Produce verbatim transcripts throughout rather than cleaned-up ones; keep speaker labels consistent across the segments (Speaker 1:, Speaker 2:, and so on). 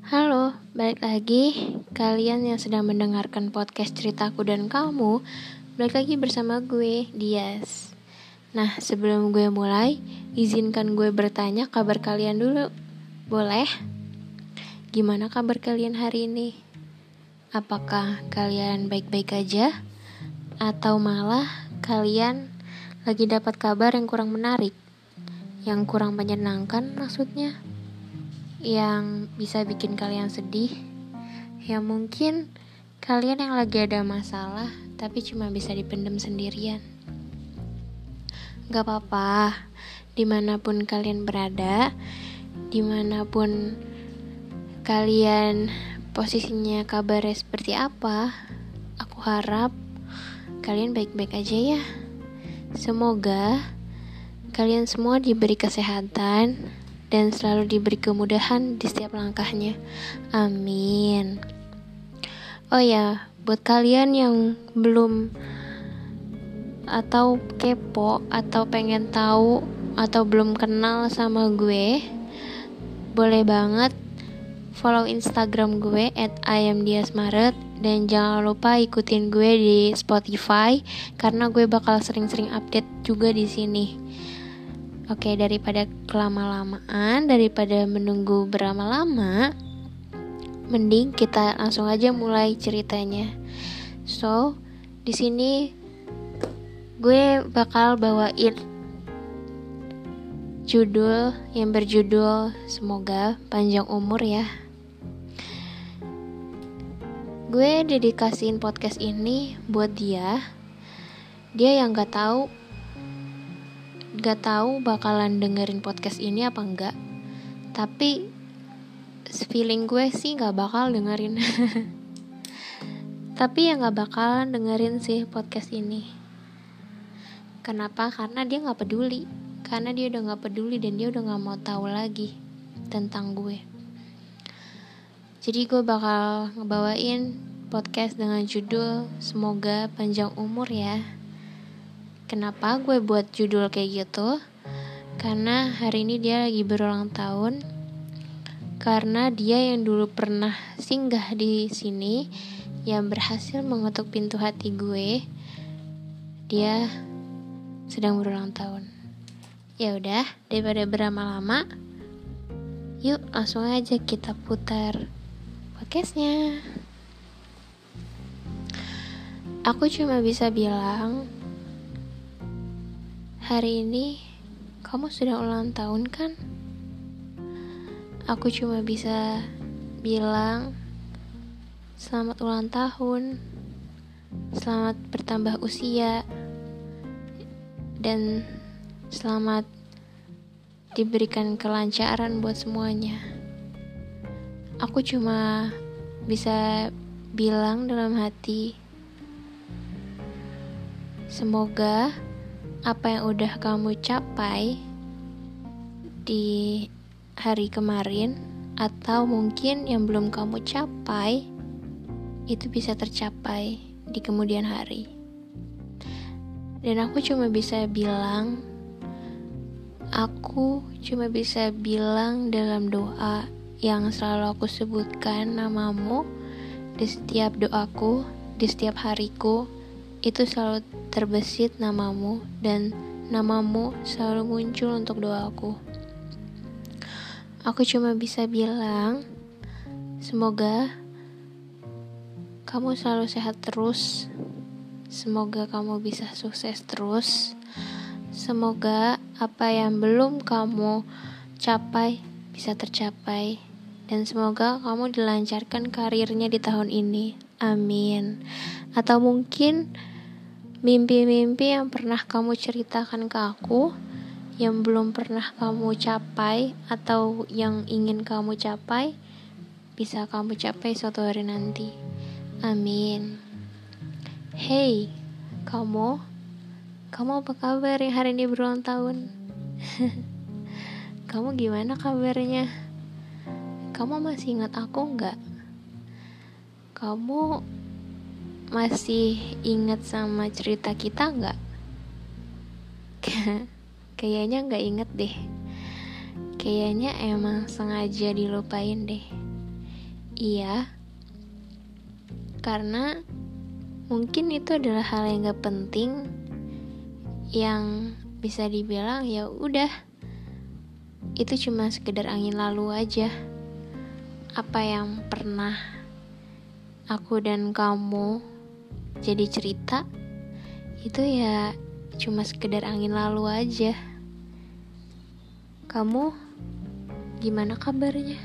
Speaker 1: Halo, balik lagi kalian yang sedang mendengarkan podcast ceritaku dan kamu. Balik lagi bersama gue, Dias. Nah, sebelum gue mulai, izinkan gue bertanya kabar kalian dulu. Boleh? Gimana kabar kalian hari ini? Apakah kalian baik-baik aja? Atau malah kalian lagi dapat kabar yang kurang menarik? Yang kurang menyenangkan maksudnya? Yang bisa bikin kalian sedih, yang mungkin kalian yang lagi ada masalah tapi cuma bisa dipendam sendirian. Gak apa-apa, dimanapun kalian berada, dimanapun kalian posisinya kabarnya seperti apa, aku harap kalian baik-baik aja ya. Semoga kalian semua diberi kesehatan dan selalu diberi kemudahan di setiap langkahnya. Amin. Oh ya, buat kalian yang belum atau kepo atau pengen tahu atau belum kenal sama gue, boleh banget follow Instagram gue at i am dias maret dan jangan lupa ikutin gue di Spotify karena gue bakal sering-sering update juga di sini. Oke, daripada kelama-lamaan, daripada menunggu berlama-lama, mending kita langsung aja mulai ceritanya. So, di sini gue bakal bawain judul yang berjudul Semoga Panjang Umur ya. Gue dedikasiin podcast ini buat dia, dia yang gak tahu Gak tahu bakalan dengerin podcast ini apa enggak. Tapi feeling gue sih gak bakal dengerin. Tapi ya gak bakalan dengerin sih podcast ini. Kenapa? Karena dia gak peduli. Karena dia udah gak peduli dan dia udah gak mau tahu lagi tentang gue. Jadi gue bakal ngebawain podcast dengan judul Semoga Panjang Umur ya. Kenapa gue buat judul kayak gitu? Karena hari ini dia lagi berulang tahun. Karena dia yang dulu pernah singgah di sini, yang berhasil mengetuk pintu hati gue, dia sedang berulang tahun. Ya udah, daripada berlama-lama, yuk langsung aja kita putar podcastnya. Aku cuma bisa bilang, hari ini kamu sudah ulang tahun kan? Aku cuma bisa bilang selamat ulang tahun, selamat bertambah usia, dan selamat diberikan kelancaran buat semuanya. Aku cuma bisa bilang dalam hati, semoga apa yang udah kamu capai di hari kemarin atau mungkin yang belum kamu capai itu bisa tercapai di kemudian hari. Dan aku cuma bisa bilang Aku cuma bisa bilang dalam doa yang selalu aku sebutkan namamu di setiap doaku, di setiap hariku. Itu selalu terbesit namamu dan namamu selalu muncul untuk doaku. Aku cuma bisa bilang, semoga kamu selalu sehat terus. Semoga kamu bisa sukses terus. Semoga apa yang belum kamu capai bisa tercapai. Dan semoga kamu dilancarkan karirnya di tahun ini. Amin. Atau mungkin mimpi-mimpi yang pernah kamu ceritakan ke aku, yang belum pernah kamu capai, atau yang ingin kamu capai, bisa kamu capai suatu hari nanti. Amin. Hey, kamu, kamu apa kabar yang hari ini berulang tahun? Kamu gimana kabarnya? Kamu masih ingat aku nggak? Kamu masih ingat sama cerita kita nggak? Kayaknya nggak inget deh. Kayaknya emang sengaja dilupain deh. Iya, karena mungkin itu adalah hal yang gak penting, yang bisa dibilang ya udah, itu cuma sekedar angin lalu aja. Apa yang pernah aku dan kamu jadi cerita, itu ya cuma sekedar angin lalu aja. Kamu gimana kabarnya?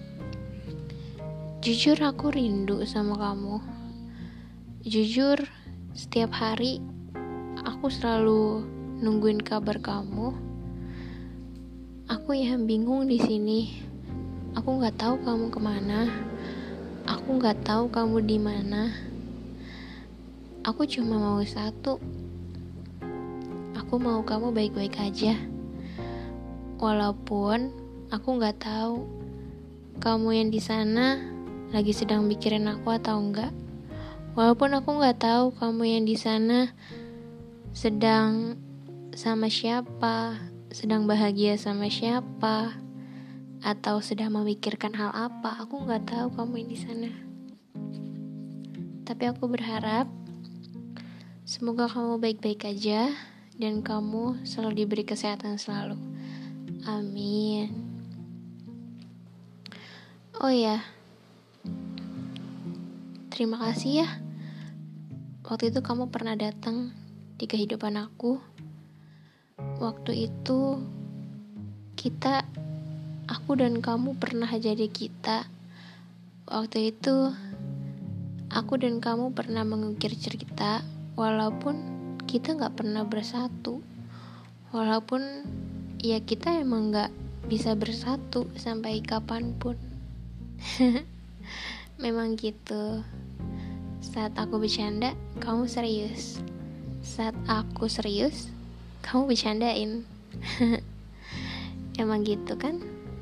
Speaker 1: Jujur aku rindu sama kamu. Jujur setiap hari aku selalu nungguin kabar kamu. Aku yang bingung di sini. Aku nggak tahu kamu kemana. Aku nggak tahu kamu di mana. Aku cuma mau satu. Aku mau kamu baik-baik aja. Walaupun aku nggak tahu kamu yang di sana lagi sedang mikirin aku atau enggak. Walaupun aku nggak tahu kamu yang di sana sedang sama siapa, sedang bahagia sama siapa, atau sedang memikirkan hal apa. Aku nggak tahu kamu yang di sana. Tapi aku berharap semoga kamu baik-baik aja dan kamu selalu diberi kesehatan selalu. Amin. Oh ya, terima kasih ya. Waktu itu kamu pernah datang di kehidupan aku. Waktu itu kita, aku dan kamu pernah jadi kita. Waktu itu aku dan kamu pernah mengukir cerita, walaupun kita gak pernah bersatu. Walaupun ya kita emang gak bisa bersatu sampai kapanpun. Memang gitu. Saat aku bercanda, kamu serius. Saat aku serius, kamu bercandain. Emang gitu kan?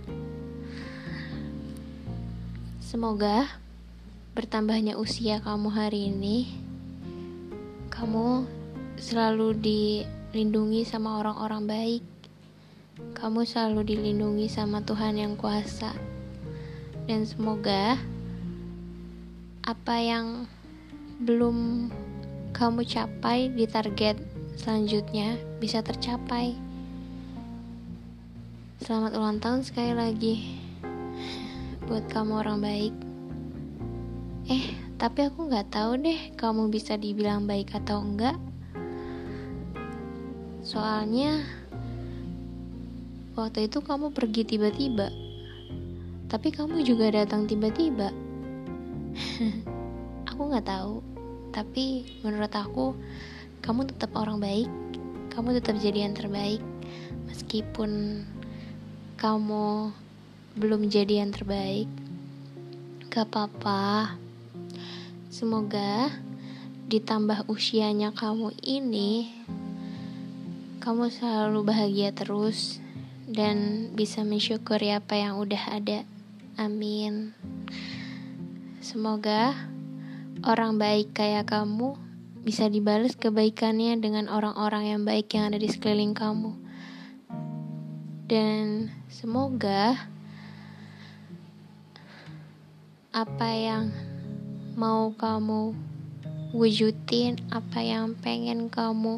Speaker 1: Semoga bertambahnya usia kamu hari ini, kamu selalu dilindungi sama orang-orang baik. Kamu selalu dilindungi sama Tuhan yang kuasa. Dan semoga apa yang belum kamu capai di target selanjutnya bisa tercapai. Selamat ulang tahun sekali lagi buat kamu orang baik. Eh, tapi aku gak tahu deh kamu bisa dibilang baik atau enggak. Soalnya waktu itu kamu pergi tiba-tiba, tapi kamu juga datang tiba-tiba. Aku gak tahu, tapi menurut aku kamu tetap orang baik. Kamu tetap jadi yang terbaik. Meskipun kamu belum jadi yang terbaik, gak apa-apa. Semoga ditambah usianya kamu ini, kamu selalu bahagia terus dan bisa mensyukuri apa yang udah ada. Amin. Semoga orang baik kayak kamu bisa dibalas kebaikannya dengan orang-orang yang baik yang ada di sekeliling kamu. Dan semoga apa yang mau kamu wujudin, apa yang pengen kamu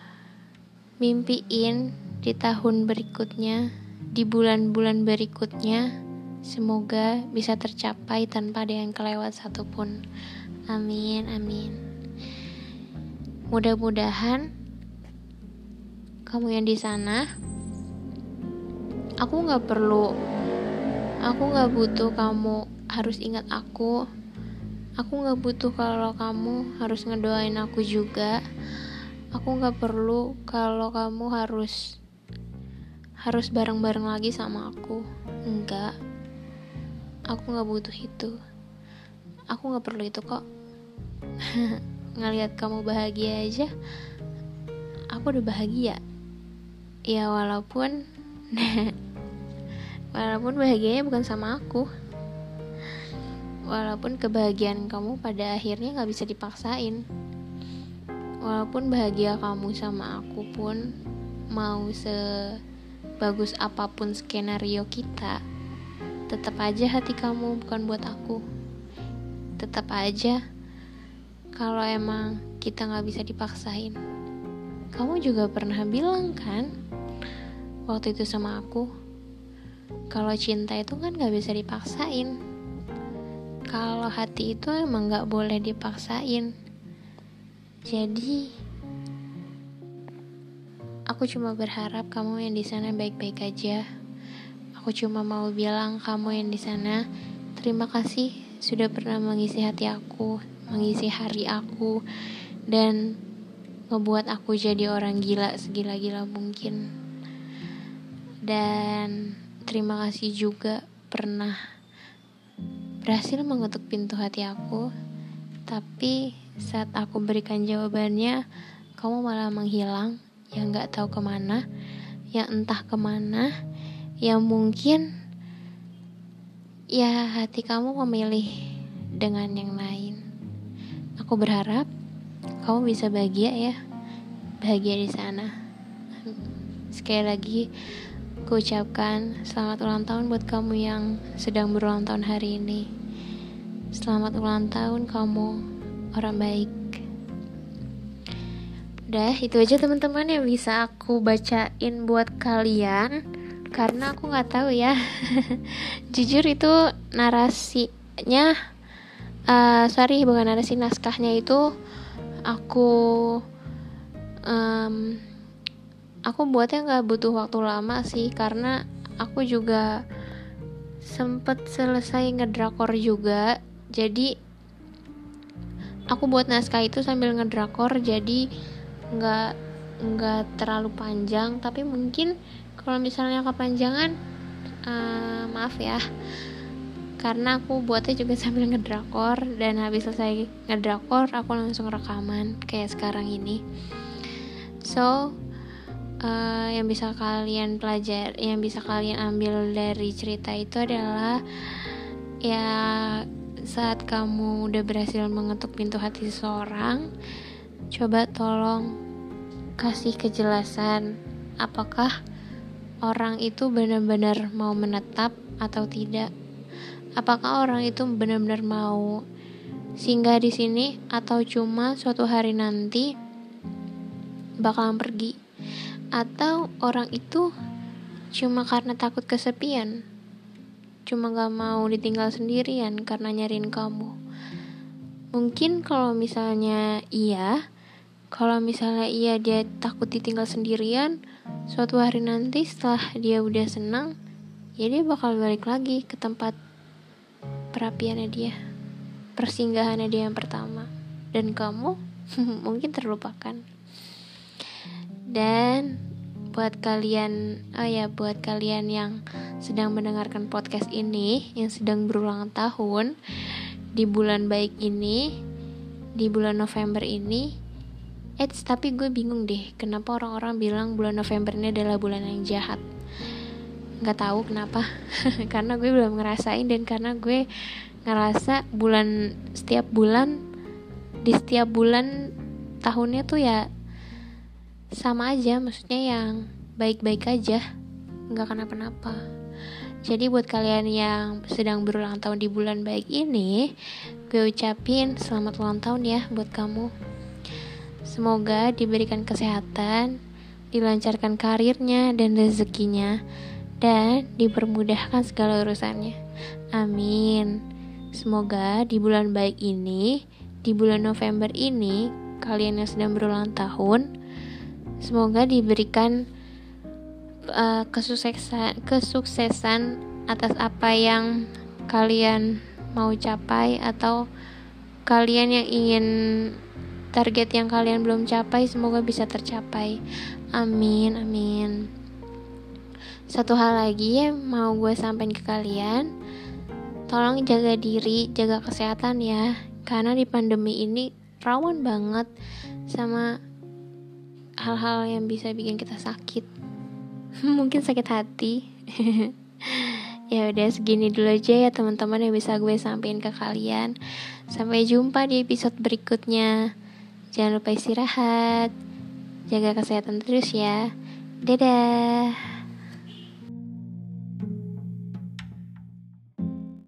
Speaker 1: mimpiin di tahun berikutnya, di bulan-bulan berikutnya, semoga bisa tercapai tanpa ada yang kelewat satupun. Amin, amin. Mudah-mudahan kamu yang di sana, aku nggak perlu, aku nggak butuh kamu harus ingat aku. Aku nggak butuh kalau kamu harus ngedoain aku juga. Aku nggak perlu kalau kamu harus harus bareng-bareng lagi sama aku. Enggak. Aku nggak butuh itu. Aku nggak perlu itu kok. Ngelihat kamu bahagia aja, aku udah bahagia. Ya walaupun walaupun bahagianya bukan sama aku. Walaupun kebahagiaan kamu pada akhirnya gak bisa dipaksain. Walaupun bahagia kamu sama aku pun, mau sebagus apapun skenario kita, tetap aja hati kamu bukan buat aku. Tetap aja kalau emang kita gak bisa dipaksain. Kamu juga pernah bilang kan waktu itu sama aku, kalau cinta itu kan gak bisa dipaksain. Kalau hati itu emang gak boleh dipaksain. Jadi aku cuma berharap kamu yang di sana baik-baik aja. Aku cuma mau bilang kamu yang di sana, terima kasih sudah pernah mengisi hati aku, mengisi hari aku, dan ngebuat aku jadi orang gila segila-gila mungkin. Dan terima kasih juga pernah berhasil mengetuk pintu hati aku, tapi saat aku berikan jawabannya, kamu malah menghilang, yang gak tahu kemana, yang entah kemana, yang mungkin ya hati kamu memilih dengan yang lain. Aku berharap kamu bisa bahagia ya, bahagia di sana. Sekali lagi aku ucapkan selamat ulang tahun buat kamu yang sedang berulang tahun hari ini. Selamat ulang tahun kamu, orang baik. Udah, itu aja teman-teman yang bisa aku bacain buat kalian. Karena aku gak tahu ya. Jujur itu narasinya uh, Sorry bukan narasi, naskahnya itu Aku um, Aku buatnya gak butuh waktu lama sih. Karena aku juga sempet selesai ngedrakor juga. Jadi aku buat naskah itu sambil ngedrakor. Jadi gak, gak terlalu panjang. Tapi mungkin kalau misalnya kepanjangan, uh, maaf ya, karena aku buatnya juga sambil ngedrakor, dan habis selesai ngedrakor aku langsung rekaman kayak sekarang ini. So uh, yang bisa kalian pelajari, yang bisa kalian ambil dari cerita itu adalah ya, saat kamu udah berhasil mengetuk pintu hati seseorang, coba tolong kasih kejelasan apakah orang itu benar-benar mau menetap atau tidak. Apakah orang itu benar-benar mau singgah di sini atau cuma suatu hari nanti bakalan pergi. Atau orang itu cuma karena takut kesepian, cuma gak mau ditinggal sendirian karena nyariin kamu. Mungkin kalau misalnya iya, kalau misalnya iya dia takut ditinggal sendirian, suatu hari nanti setelah dia udah senang, ya dia bakal balik lagi ke tempat perapiannya dia, persinggahannya dia yang pertama, dan kamu mungkin terlupakan. Dan buat kalian, oh ya buat kalian yang sedang mendengarkan podcast ini, yang sedang berulang tahun di bulan baik ini, di bulan November ini, Eits, tapi gue bingung deh, kenapa orang-orang bilang bulan November ini adalah bulan yang jahat. Gak tahu kenapa. Karena gue belum ngerasain, dan karena gue ngerasa bulan setiap bulan di setiap bulan tahunnya tuh ya sama aja, maksudnya yang baik-baik aja, gak kenapa-napa. Jadi buat kalian yang sedang berulang tahun di bulan baik ini, gue ucapin selamat ulang tahun ya buat kamu. Semoga diberikan kesehatan, dilancarkan karirnya dan rezekinya, dan dipermudahkan segala urusannya. Amin. Semoga di bulan baik ini, di bulan November ini, kalian yang sedang berulang tahun, semoga diberikan uh, kesuksesan, kesuksesan atas apa yang kalian mau capai, atau kalian yang ingin target yang kalian belum capai, semoga bisa tercapai. Amin, amin. Satu hal lagi yang mau gue sampaikan ke kalian, tolong jaga diri, jaga kesehatan ya. Karena di pandemi ini rawan banget sama hal-hal yang bisa bikin kita sakit. Mungkin sakit hati. Ya udah, segini dulu aja ya teman-teman yang bisa gue sampaikan ke kalian. Sampai jumpa di episode berikutnya. Jangan lupa istirahat, jaga kesehatan terus ya. Dadah.